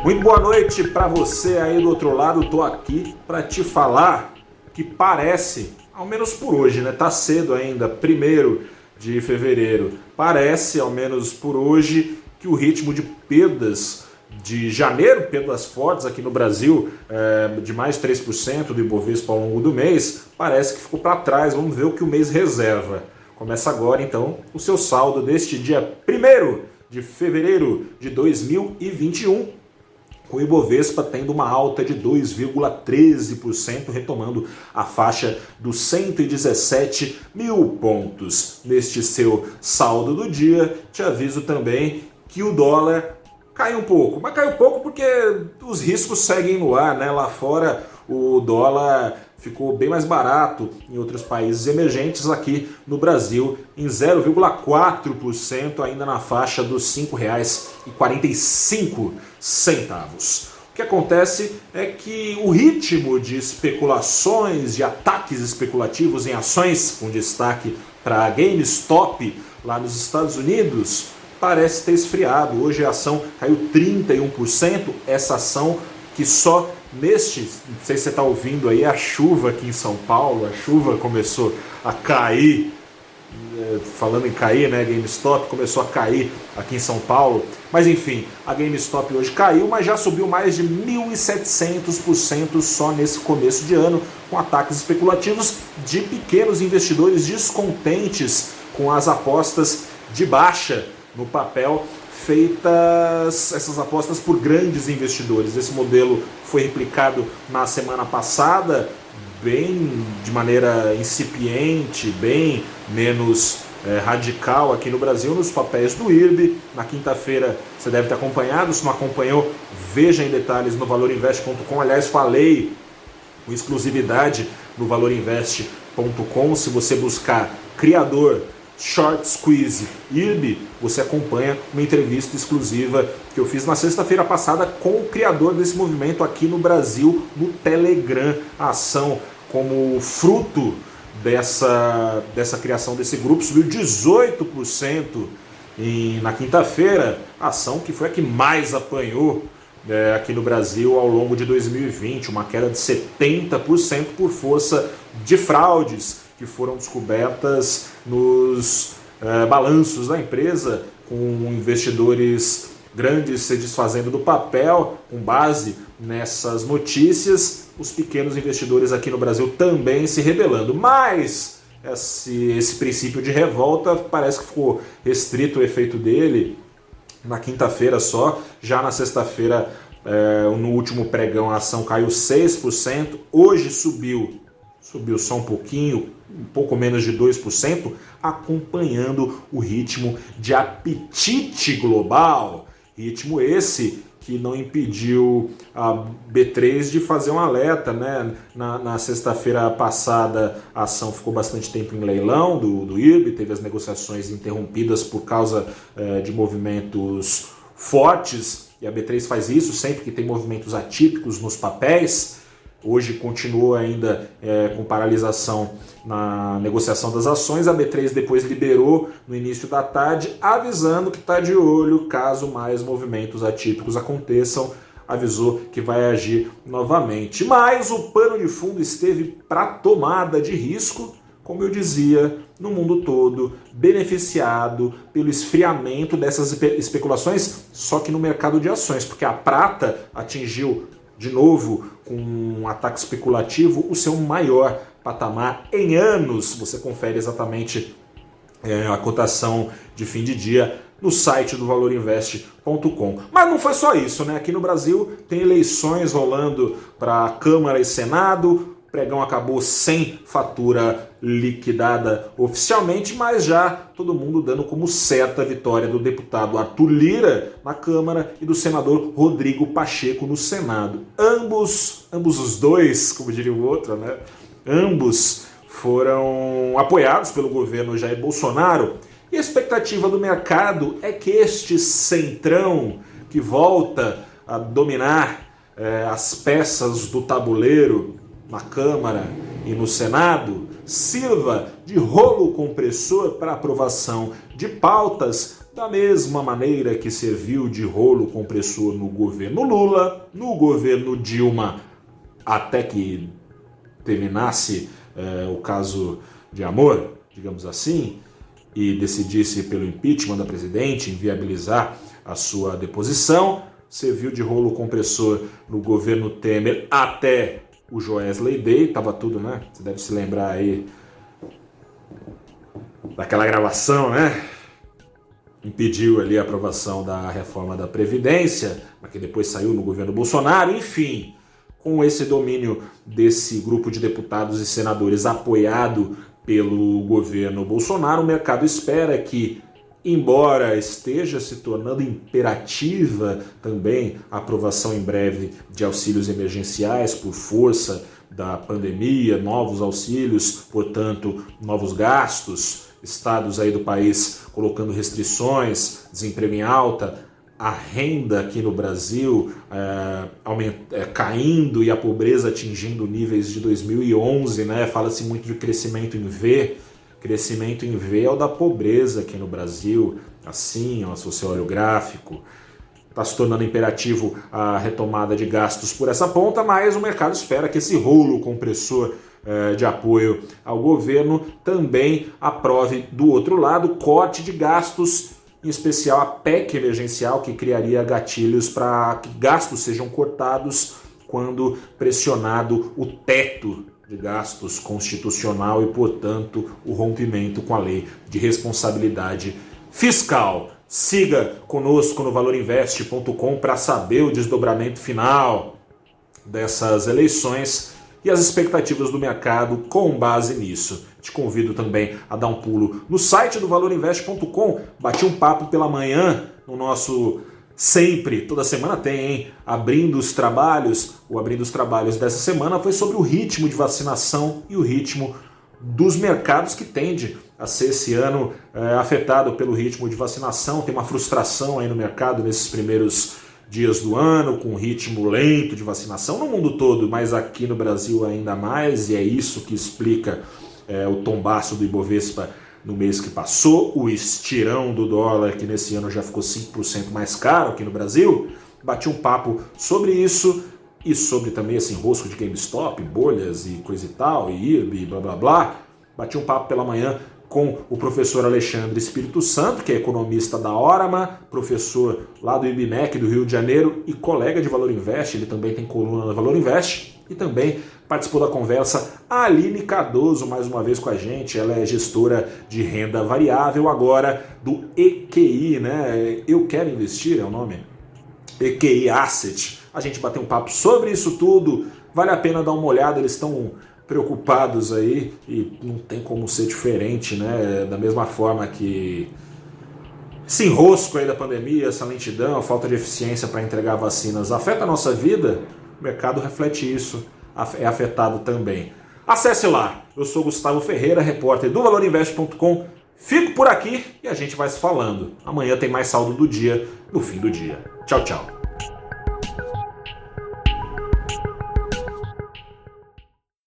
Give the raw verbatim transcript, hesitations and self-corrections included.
Muito boa noite para você aí do outro lado. Tô aqui para te falar que parece, ao menos por hoje, né? Tá cedo ainda, primeiro de fevereiro. Parece, ao menos por hoje, que o ritmo de perdas de janeiro, perdas fortes aqui no Brasil, é, de mais de três por cento do Ibovespa ao longo do mês, parece que ficou para trás. Vamos ver o que o mês reserva. Começa agora, então, o seu saldo deste dia primeiro de fevereiro de dois mil e vinte e um, com o Ibovespa tendo uma alta de dois vírgula treze por cento, retomando a faixa dos cento e dezessete mil pontos. Neste seu saldo do dia, te aviso também que o dólar caiu um pouco, mas caiu pouco porque os riscos seguem no ar, né? Lá fora o dólar ficou bem mais barato em outros países emergentes, aqui no Brasil em zero vírgula quatro por cento, ainda na faixa dos cinco reais e quarenta e cinco centavos. O que acontece é que o ritmo de especulações, de ataques especulativos em ações, com destaque para a GameStop lá nos Estados Unidos, parece ter esfriado. Hoje a ação caiu trinta e um por cento, essa ação que só neste, não sei se você está ouvindo aí, a chuva aqui em São Paulo, a chuva começou a cair, falando em cair, né, GameStop começou a cair aqui em São Paulo, mas enfim, a GameStop hoje caiu, mas já subiu mais de mil e setecentos por cento só nesse começo de ano, com ataques especulativos de pequenos investidores descontentes com as apostas de baixa no papel, feitas essas apostas por grandes investidores. Esse modelo foi replicado na semana passada, bem de maneira incipiente, bem menos é, radical aqui no Brasil, nos papéis do I R B. Na quinta-feira você deve ter acompanhado, se não acompanhou, veja em detalhes no valor invest ponto com. Aliás, falei com exclusividade no valor invest ponto com. Se você buscar criador Short Squeeze I R B, você acompanha uma entrevista exclusiva que eu fiz na sexta-feira passada com o criador desse movimento aqui no Brasil, no Telegram. A ação, como fruto dessa, dessa criação desse grupo, subiu dezoito por cento e, na quinta-feira, a ação que foi a que mais apanhou é, aqui no Brasil ao longo de dois mil e vinte, uma queda de setenta por cento por força de fraudes que foram descobertas nos eh, balanços da empresa, com investidores grandes se desfazendo do papel. Com base nessas notícias, os pequenos investidores aqui no Brasil também se rebelando. Mas esse, esse princípio de revolta parece que ficou restrito o efeito dele na quinta-feira só. Já na sexta-feira, eh, no último pregão, a ação caiu seis por cento. Hoje subiu Subiu só um pouquinho, um pouco menos de dois por cento, acompanhando o ritmo de apetite global. Ritmo esse que não impediu a B três de fazer um alerta, né? Na, na sexta-feira passada a ação ficou bastante tempo em leilão do, do I R B, teve as negociações interrompidas por causa eh, de movimentos fortes, e a B três faz isso sempre que tem movimentos atípicos nos papéis. Hoje continua ainda é, com paralisação na negociação das ações. A B três depois liberou no início da tarde, avisando que está de olho caso mais movimentos atípicos aconteçam. Avisou que vai agir novamente. Mas o pano de fundo esteve para tomada de risco, como eu dizia, no mundo todo, beneficiado pelo esfriamento dessas especulações, só que no mercado de ações, porque a prata atingiu de novo, com um ataque especulativo, o seu maior patamar em anos. Você confere exatamente é, a cotação de fim de dia no site do valor invest ponto com. Mas não foi só isso, né? Aqui no Brasil tem eleições rolando para Câmara e Senado. O pregão acabou sem fatura liquidada oficialmente, mas já todo mundo dando como certa a vitória do deputado Arthur Lira na Câmara e do senador Rodrigo Pacheco no Senado. Ambos, ambos os dois, como diria o outro, né? Ambos foram apoiados pelo governo Jair Bolsonaro, e a expectativa do mercado é que este centrão, que volta a dominar eh, as peças do tabuleiro na Câmara e no Senado, sirva de rolo compressor para aprovação de pautas da mesma maneira que serviu de rolo compressor no governo Lula, no governo Dilma, até que terminasse é, o caso de amor, digamos assim, e decidisse pelo impeachment da presidente, inviabilizar a sua deposição, serviu de rolo compressor no governo Temer até o Joesley Day, tava tudo, né? Você deve se lembrar aí daquela gravação, né? Impediu ali a aprovação da reforma da Previdência, mas que depois saiu no governo Bolsonaro, enfim, com esse domínio desse grupo de deputados e senadores apoiado pelo governo Bolsonaro, o mercado espera que, embora esteja se tornando imperativa também a aprovação em breve de auxílios emergenciais por força da pandemia, novos auxílios, portanto, novos gastos, estados aí do país colocando restrições, desemprego em alta, a renda aqui no Brasil é, aumenta, é, caindo e a pobreza atingindo níveis de dois mil e onze, né? Fala-se muito de crescimento em V. Crescimento em V é o da pobreza aqui no Brasil, assim, ó, se você olha o gráfico. Está se tornando imperativo a retomada de gastos por essa ponta, mas o mercado espera que esse rolo compressor eh, de apoio ao governo também aprove, do outro lado, corte de gastos, em especial a P E C emergencial, que criaria gatilhos para que gastos sejam cortados quando pressionado o teto de gastos constitucional e, portanto, o rompimento com a lei de responsabilidade fiscal. Siga conosco no valor invest ponto com para saber o desdobramento final dessas eleições e as expectativas do mercado com base nisso. Te convido também a dar um pulo no site do valor invest ponto com. Bati um papo pela manhã no nosso sempre, toda semana tem, hein? Abrindo os trabalhos. O Abrindo os Trabalhos dessa semana foi sobre o ritmo de vacinação e o ritmo dos mercados, que tende a ser esse ano é, afetado pelo ritmo de vacinação. Tem uma frustração aí no mercado nesses primeiros dias do ano, com um ritmo lento de vacinação no mundo todo, mas aqui no Brasil ainda mais, e é isso que explica é, o tombaço do Ibovespa no mês que passou, o estirão do dólar, que nesse ano já ficou cinco por cento mais caro aqui no Brasil. Bati um papo sobre isso e sobre também esse enrosco de GameStop, bolhas e coisa e tal, e I R B, e blá blá blá. Bati um papo pela manhã com o professor Alexandre Espírito Santo, que é economista da Orama, professor lá do I B M E C do Rio de Janeiro e colega de Valor Invest. Ele também tem coluna no Valor Invest e também participou da conversa a Aline Cardoso, mais uma vez com a gente. Ela é gestora de renda variável agora do E Q I, né? Eu Quero Investir é o nome? E Q I Asset. A gente bateu um papo sobre isso tudo. Vale a pena dar uma olhada, eles estão preocupados aí e não tem como ser diferente, né? Da mesma forma que esse enrosco aí da pandemia, essa lentidão, a falta de eficiência para entregar vacinas afeta a nossa vida, o mercado reflete isso, é afetado também. Acesse lá, eu sou Gustavo Ferreira, repórter do valor invest ponto com, fico por aqui e a gente vai se falando. Amanhã tem mais saldo do dia, no fim do dia. Tchau, tchau.